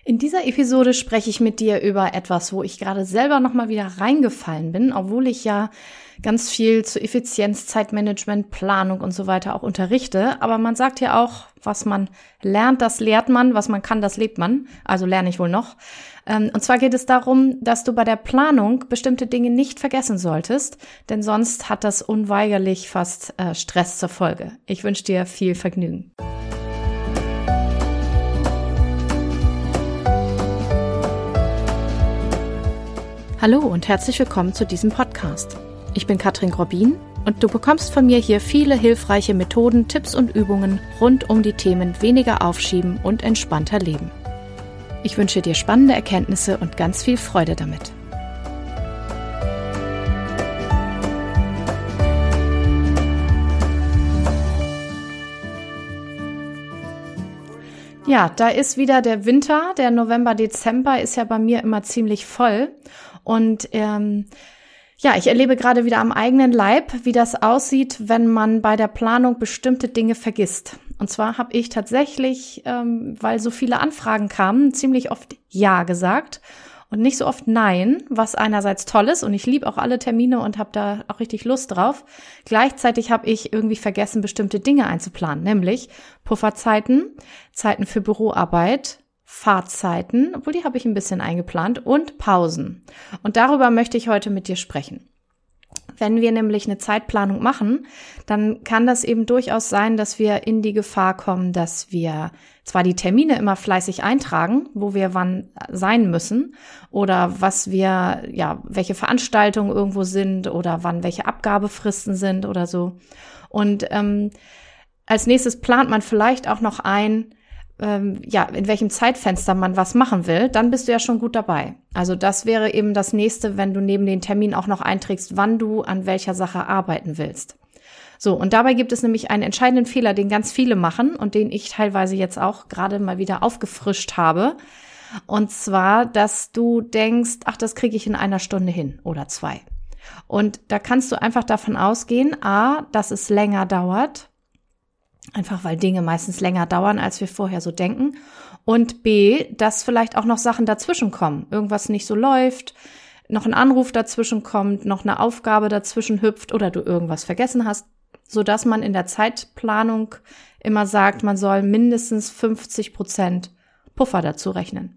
In dieser Episode spreche ich mit dir über etwas, wo ich gerade selber nochmal wieder reingefallen bin, obwohl ich ja ganz viel zu Effizienz, Zeitmanagement, Planung und so weiter auch unterrichte. Aber man sagt ja auch, was man lernt, das lehrt man, was man kann, das lebt man. Also lerne ich wohl noch. Und zwar geht es darum, dass du bei der Planung bestimmte Dinge nicht vergessen solltest, denn sonst hat das unweigerlich fast Stress zur Folge. Ich wünsche dir viel Vergnügen. Hallo und herzlich willkommen zu diesem Podcast. Ich bin Katrin Grobin und du bekommst von mir hier viele hilfreiche Methoden, Tipps und Übungen rund um die Themen weniger aufschieben und entspannter leben. Ich wünsche dir spannende Erkenntnisse und ganz viel Freude damit. Ja, da ist wieder der Winter. Der November, Dezember ist ja bei mir immer ziemlich voll. Und ich erlebe gerade wieder am eigenen Leib, wie das aussieht, wenn man bei der Planung bestimmte Dinge vergisst. Und zwar habe ich tatsächlich, weil so viele Anfragen kamen, ziemlich oft Ja gesagt und nicht so oft Nein, was einerseits toll ist und ich liebe auch alle Termine und habe da auch richtig Lust drauf. Gleichzeitig habe ich irgendwie vergessen, bestimmte Dinge einzuplanen, nämlich Pufferzeiten, Zeiten für Büroarbeit, Fahrzeiten, obwohl die habe ich ein bisschen eingeplant, und Pausen. Und darüber möchte ich heute mit dir sprechen. Wenn wir nämlich eine Zeitplanung machen, dann kann das eben durchaus sein, dass wir in die Gefahr kommen, dass wir zwar die Termine immer fleißig eintragen, wo wir wann sein müssen oder welche Veranstaltungen irgendwo sind oder wann welche Abgabefristen sind oder so. Und als nächstes plant man vielleicht auch noch ein, in welchem Zeitfenster man was machen will, dann bist du ja schon gut dabei. Also das wäre eben das Nächste, wenn du neben den Termin auch noch einträgst, wann du an welcher Sache arbeiten willst. So, und dabei gibt es nämlich einen entscheidenden Fehler, den ganz viele machen und den ich teilweise jetzt auch gerade mal wieder aufgefrischt habe. Und zwar, dass du denkst, ach, das kriege ich in einer Stunde hin oder 2. Und da kannst du einfach davon ausgehen, A, dass es länger dauert, einfach weil Dinge meistens länger dauern, als wir vorher so denken. Und B, dass vielleicht auch noch Sachen dazwischen kommen. Irgendwas nicht so läuft, noch ein Anruf dazwischen kommt, noch eine Aufgabe dazwischen hüpft oder du irgendwas vergessen hast, sodass man in der Zeitplanung immer sagt, man soll mindestens 50% Puffer dazu rechnen.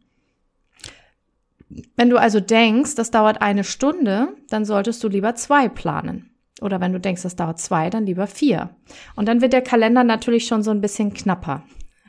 Wenn du also denkst, das dauert 1 Stunde, dann solltest du lieber 2 planen. Oder wenn du denkst, das dauert 2, dann lieber 4. Und dann wird der Kalender natürlich schon so ein bisschen knapper.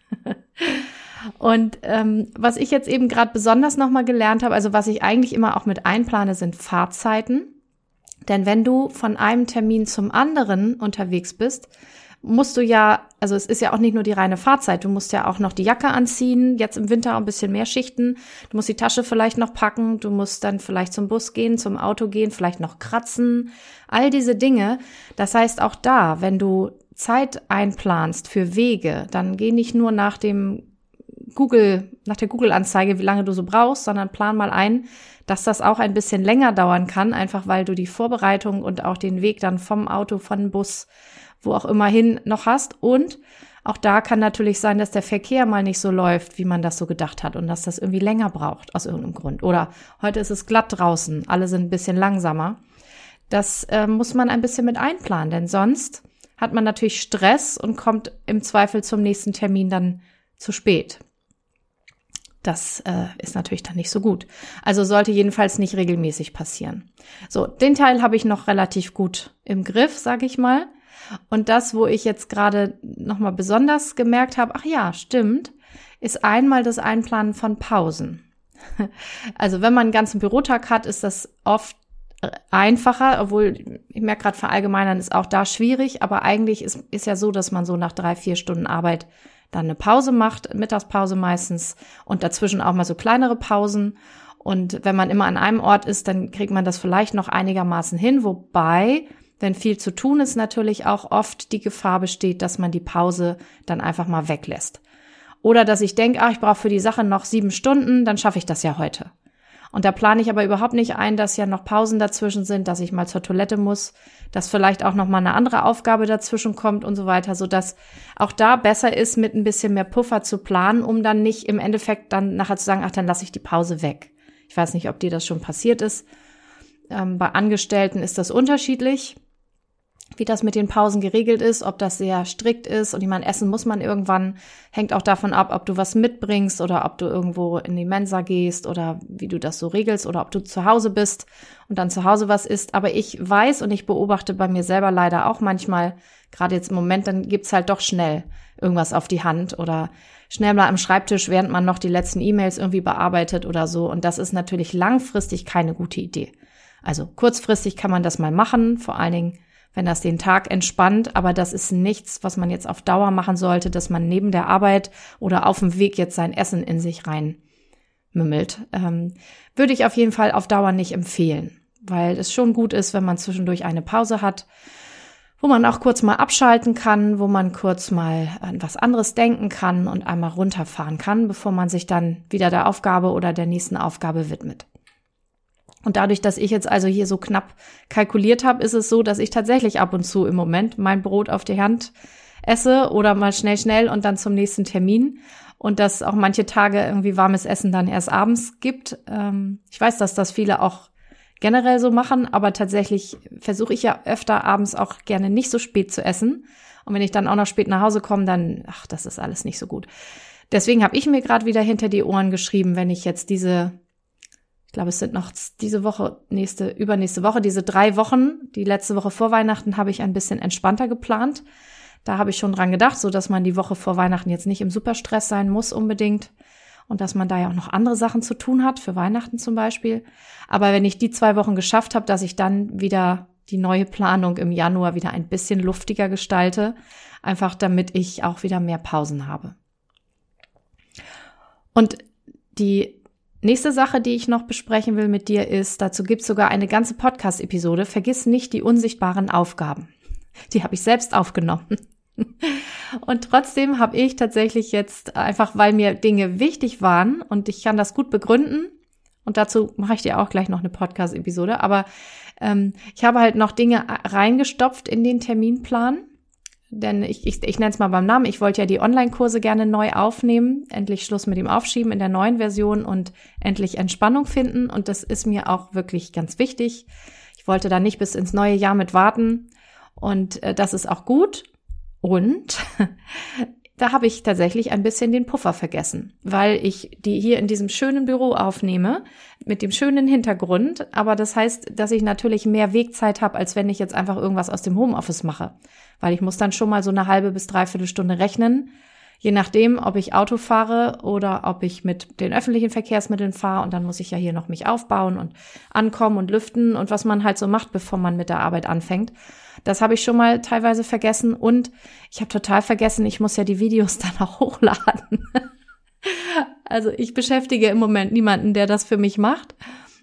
Und was ich jetzt eben gerade besonders nochmal gelernt habe, also was ich eigentlich immer auch mit einplane, sind Fahrzeiten. Denn wenn du von einem Termin zum anderen unterwegs bist, musst du ja, also es ist ja auch nicht nur die reine Fahrzeit, du musst ja auch noch die Jacke anziehen, jetzt im Winter auch ein bisschen mehr Schichten, du musst die Tasche vielleicht noch packen, du musst dann vielleicht zum Bus gehen, zum Auto gehen, vielleicht noch kratzen, all diese Dinge. Das heißt auch da, wenn du Zeit einplanst für Wege, dann geh nicht nur nach der Google-Anzeige, wie lange du so brauchst, sondern plan mal ein, dass das auch ein bisschen länger dauern kann, einfach weil du die Vorbereitung und auch den Weg dann vom Auto, vom Bus, wo auch immer hin noch hast. Und auch da kann natürlich sein, dass der Verkehr mal nicht so läuft, wie man das so gedacht hat und dass das irgendwie länger braucht aus irgendeinem Grund. Oder heute ist es glatt draußen, alle sind ein bisschen langsamer. Das muss man ein bisschen mit einplanen, denn sonst hat man natürlich Stress und kommt im Zweifel zum nächsten Termin dann zu spät. Das ist natürlich dann nicht so gut. Also sollte jedenfalls nicht regelmäßig passieren. So, den Teil habe ich noch relativ gut im Griff, sage ich mal. Und das, wo ich jetzt gerade nochmal besonders gemerkt habe, ach ja, stimmt, ist einmal das Einplanen von Pausen. Also wenn man einen ganzen Bürotag hat, ist das oft einfacher, obwohl ich merke gerade, verallgemeinern ist auch da schwierig, aber eigentlich ist ja so, dass man so nach 3-4 Stunden Arbeit dann eine Pause macht, Mittagspause meistens und dazwischen auch mal so kleinere Pausen. Und wenn man immer an einem Ort ist, dann kriegt man das vielleicht noch einigermaßen hin, wobei, wenn viel zu tun ist, natürlich auch oft die Gefahr besteht, dass man die Pause dann einfach mal weglässt. Oder dass ich denke, ich brauche für die Sache noch 7 Stunden, dann schaffe ich das ja heute. Und da plane ich aber überhaupt nicht ein, dass ja noch Pausen dazwischen sind, dass ich mal zur Toilette muss, dass vielleicht auch noch mal eine andere Aufgabe dazwischen kommt und so weiter, sodass auch da besser ist, mit ein bisschen mehr Puffer zu planen, um dann nicht im Endeffekt dann nachher zu sagen, ach, dann lasse ich die Pause weg. Ich weiß nicht, ob dir das schon passiert ist. Bei Angestellten ist das unterschiedlich, wie das mit den Pausen geregelt ist, ob das sehr strikt ist. Und ich meine, essen muss man irgendwann, hängt auch davon ab, ob du was mitbringst oder ob du irgendwo in die Mensa gehst oder wie du das so regelst oder ob du zu Hause bist und dann zu Hause was isst. Aber ich weiß und ich beobachte bei mir selber leider auch manchmal, gerade jetzt im Moment, dann gibt's halt doch schnell irgendwas auf die Hand oder schnell mal am Schreibtisch, während man noch die letzten E-Mails irgendwie bearbeitet oder so. Und das ist natürlich langfristig keine gute Idee. Also kurzfristig kann man das mal machen, vor allen Dingen, wenn das den Tag entspannt, aber das ist nichts, was man jetzt auf Dauer machen sollte, dass man neben der Arbeit oder auf dem Weg jetzt sein Essen in sich reinmümmelt. Würde ich auf jeden Fall auf Dauer nicht empfehlen, weil es schon gut ist, wenn man zwischendurch eine Pause hat, wo man auch kurz mal abschalten kann, wo man kurz mal an was anderes denken kann und einmal runterfahren kann, bevor man sich dann wieder der Aufgabe oder der nächsten Aufgabe widmet. Und dadurch, dass ich jetzt also hier so knapp kalkuliert habe, ist es so, dass ich tatsächlich ab und zu im Moment mein Brot auf die Hand esse oder mal schnell und dann zum nächsten Termin. Und dass auch manche Tage irgendwie warmes Essen dann erst abends gibt. Ich weiß, dass das viele auch generell so machen, aber tatsächlich versuche ich ja öfter abends auch gerne nicht so spät zu essen. Und wenn ich dann auch noch spät nach Hause komme, dann, das ist alles nicht so gut. Deswegen habe ich mir gerade wieder hinter die Ohren geschrieben, wenn ich jetzt ich glaube, es sind noch diese Woche, übernächste Woche, diese 3 Wochen. Die letzte Woche vor Weihnachten habe ich ein bisschen entspannter geplant. Da habe ich schon dran gedacht, so dass man die Woche vor Weihnachten jetzt nicht im Superstress sein muss unbedingt. Und dass man da ja auch noch andere Sachen zu tun hat, für Weihnachten zum Beispiel. Aber wenn ich die 2 Wochen geschafft habe, dass ich dann wieder die neue Planung im Januar wieder ein bisschen luftiger gestalte, einfach damit ich auch wieder mehr Pausen habe. Und die nächste Sache, die ich noch besprechen will mit dir ist, dazu gibt es sogar eine ganze Podcast-Episode, vergiss nicht die unsichtbaren Aufgaben. Die habe ich selbst aufgenommen. Und trotzdem habe ich tatsächlich jetzt einfach, weil mir Dinge wichtig waren und ich kann das gut begründen und dazu mache ich dir auch gleich noch eine Podcast-Episode, aber ich habe halt noch Dinge reingestopft in den Terminplan. Denn ich nenne es mal beim Namen, ich wollte ja die Online-Kurse gerne neu aufnehmen, endlich Schluss mit dem Aufschieben in der neuen Version und endlich Entspannung finden. Und das ist mir auch wirklich ganz wichtig. Ich wollte da nicht bis ins neue Jahr mit warten und das ist auch gut. Und da habe ich tatsächlich ein bisschen den Puffer vergessen, weil ich die hier in diesem schönen Büro aufnehme, mit dem schönen Hintergrund. Aber das heißt, dass ich natürlich mehr Wegzeit habe, als wenn ich jetzt einfach irgendwas aus dem Homeoffice mache. Weil ich muss dann schon mal so eine halbe bis 3/4 Stunde rechnen, je nachdem, ob ich Auto fahre oder ob ich mit den öffentlichen Verkehrsmitteln fahre. Und dann muss ich ja hier noch mich aufbauen und ankommen und lüften und was man halt so macht, bevor man mit der Arbeit anfängt. Das habe ich schon mal teilweise vergessen und ich habe total vergessen, ich muss ja die Videos dann auch hochladen. Also ich beschäftige im Moment niemanden, der das für mich macht,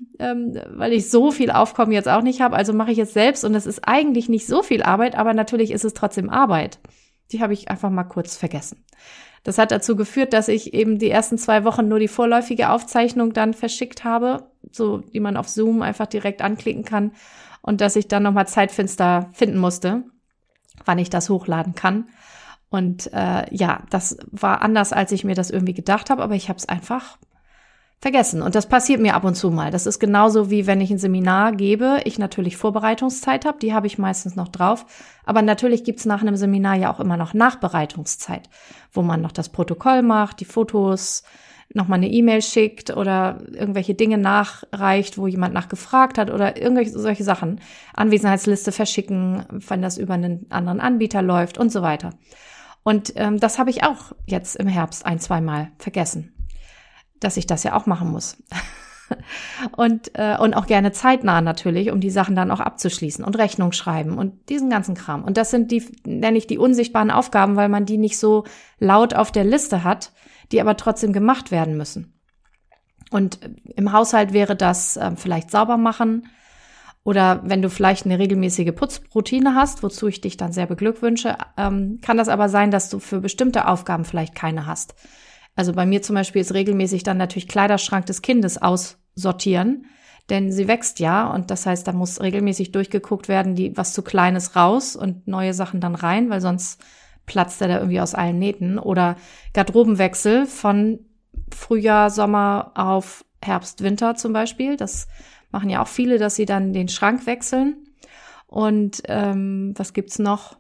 weil ich so viel Aufkommen jetzt auch nicht habe. Also mache ich es selbst und es ist eigentlich nicht so viel Arbeit, aber natürlich ist es trotzdem Arbeit. Die habe ich einfach mal kurz vergessen. Das hat dazu geführt, dass ich eben die ersten 2 Wochen nur die vorläufige Aufzeichnung dann verschickt habe, so die man auf Zoom einfach direkt anklicken kann und dass ich dann nochmal Zeitfenster finden musste, wann ich das hochladen kann. Und das war anders, als ich mir das irgendwie gedacht habe, aber ich habe es einfach vergessen. Und das passiert mir ab und zu mal. Das ist genauso wie wenn ich ein Seminar gebe, ich natürlich Vorbereitungszeit habe, die habe ich meistens noch drauf. Aber natürlich gibt's nach einem Seminar ja auch immer noch Nachbereitungszeit, wo man noch das Protokoll macht, die Fotos, nochmal eine E-Mail schickt oder irgendwelche Dinge nachreicht, wo jemand nachgefragt hat oder irgendwelche solche Sachen. Anwesenheitsliste verschicken, wenn das über einen anderen Anbieter läuft und so weiter. Und das habe ich auch jetzt im Herbst 1-2 Mal vergessen, dass ich das ja auch machen muss. Und auch gerne zeitnah natürlich, um die Sachen dann auch abzuschließen und Rechnung schreiben und diesen ganzen Kram. Und das sind nenne ich die unsichtbaren Aufgaben, weil man die nicht so laut auf der Liste hat, die aber trotzdem gemacht werden müssen. Und im Haushalt wäre das vielleicht sauber machen oder wenn du vielleicht eine regelmäßige Putzroutine hast, wozu ich dich dann sehr beglückwünsche, kann das aber sein, dass du für bestimmte Aufgaben vielleicht keine hast. Also bei mir zum Beispiel ist regelmäßig dann natürlich Kleiderschrank des Kindes sortieren, denn sie wächst ja und das heißt, da muss regelmäßig durchgeguckt werden, was zu Kleines raus und neue Sachen dann rein, weil sonst platzt er da irgendwie aus allen Nähten. Oder Garderobenwechsel von Frühjahr, Sommer auf Herbst, Winter zum Beispiel. Das machen ja auch viele, dass sie dann den Schrank wechseln. Und was gibt's noch?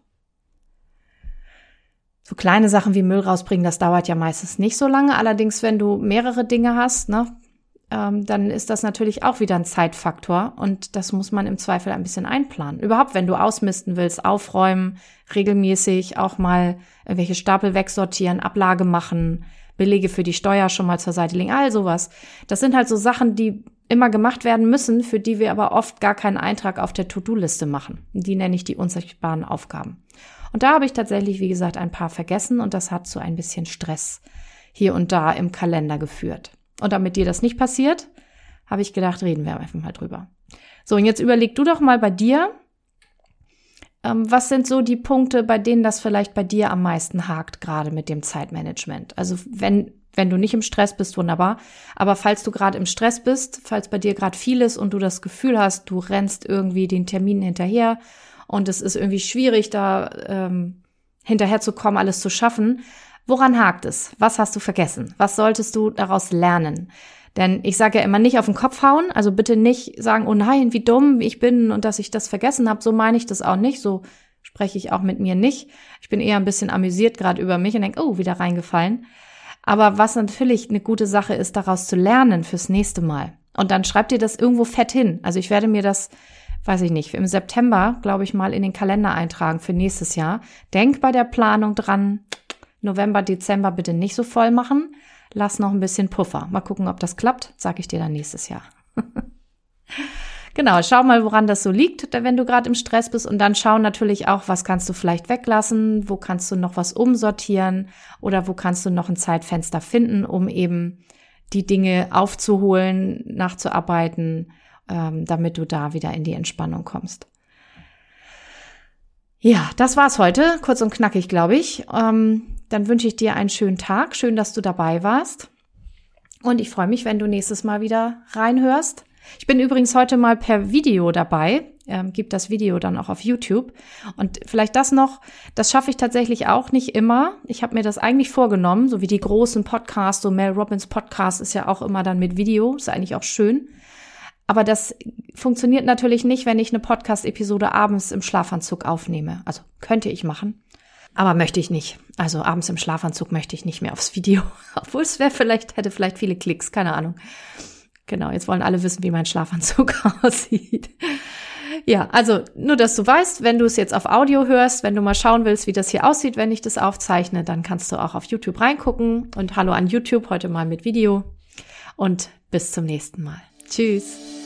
So kleine Sachen wie Müll rausbringen, das dauert ja meistens nicht so lange. Allerdings, wenn du mehrere Dinge hast, ne, dann ist das natürlich auch wieder ein Zeitfaktor und das muss man im Zweifel ein bisschen einplanen. Überhaupt, wenn du ausmisten willst, aufräumen, regelmäßig auch mal irgendwelche Stapel wegsortieren, Ablage machen, Belege für die Steuer schon mal zur Seite legen, all sowas. Das sind halt so Sachen, die immer gemacht werden müssen, für die wir aber oft gar keinen Eintrag auf der To-Do-Liste machen. Die nenne ich die unsichtbaren Aufgaben. Und da habe ich tatsächlich, wie gesagt, ein paar vergessen und das hat zu ein bisschen Stress hier und da im Kalender geführt. Und damit dir das nicht passiert, habe ich gedacht, reden wir einfach mal drüber. So, und jetzt überleg du doch mal bei dir, was sind so die Punkte, bei denen das vielleicht bei dir am meisten hakt, gerade mit dem Zeitmanagement? Also wenn du nicht im Stress bist, wunderbar. Aber falls du gerade im Stress bist, falls bei dir gerade viel ist und du das Gefühl hast, du rennst irgendwie den Terminen hinterher und es ist irgendwie schwierig, da hinterherzukommen, alles zu schaffen, woran hakt es? Was hast du vergessen? Was solltest du daraus lernen? Denn ich sage ja immer nicht auf den Kopf hauen, also bitte nicht sagen, oh nein, wie dumm ich bin und dass ich das vergessen habe. So meine ich das auch nicht, so spreche ich auch mit mir nicht. Ich bin eher ein bisschen amüsiert gerade über mich und denke, oh, wieder reingefallen. Aber was natürlich eine gute Sache ist, daraus zu lernen fürs nächste Mal. Und dann schreib dir das irgendwo fett hin. Also ich werde mir das, weiß ich nicht, im September, glaube ich, mal in den Kalender eintragen für nächstes Jahr. Denk bei der Planung dran, November, Dezember bitte nicht so voll machen. Lass noch ein bisschen Puffer. Mal gucken, ob das klappt. Sag ich dir dann nächstes Jahr. Genau, schau mal, woran das so liegt, wenn du gerade im Stress bist. Und dann schau natürlich auch, was kannst du vielleicht weglassen, wo kannst du noch was umsortieren oder wo kannst du noch ein Zeitfenster finden, um eben die Dinge aufzuholen, nachzuarbeiten, damit du da wieder in die Entspannung kommst. Ja, das war's heute. Kurz und knackig, glaube ich. Dann wünsche ich dir einen schönen Tag. Schön, dass du dabei warst. Und ich freue mich, wenn du nächstes Mal wieder reinhörst. Ich bin übrigens heute mal per Video dabei. Gibt das Video dann auch auf YouTube. Und vielleicht das noch, das schaffe ich tatsächlich auch nicht immer. Ich habe mir das eigentlich vorgenommen, so wie die großen Podcasts, so Mel Robbins Podcast ist ja auch immer dann mit Video. Ist eigentlich auch schön. Aber das funktioniert natürlich nicht, wenn ich eine Podcast-Episode abends im Schlafanzug aufnehme. Also könnte ich machen, aber möchte ich nicht. Also abends im Schlafanzug möchte ich nicht mehr aufs Video. Obwohl es hätte vielleicht viele Klicks, keine Ahnung. Genau, jetzt wollen alle wissen, wie mein Schlafanzug aussieht. Ja, also nur, dass du weißt, wenn du es jetzt auf Audio hörst, wenn du mal schauen willst, wie das hier aussieht, wenn ich das aufzeichne, dann kannst du auch auf YouTube reingucken. Und hallo an YouTube, heute mal mit Video. Und bis zum nächsten Mal. Tschüss.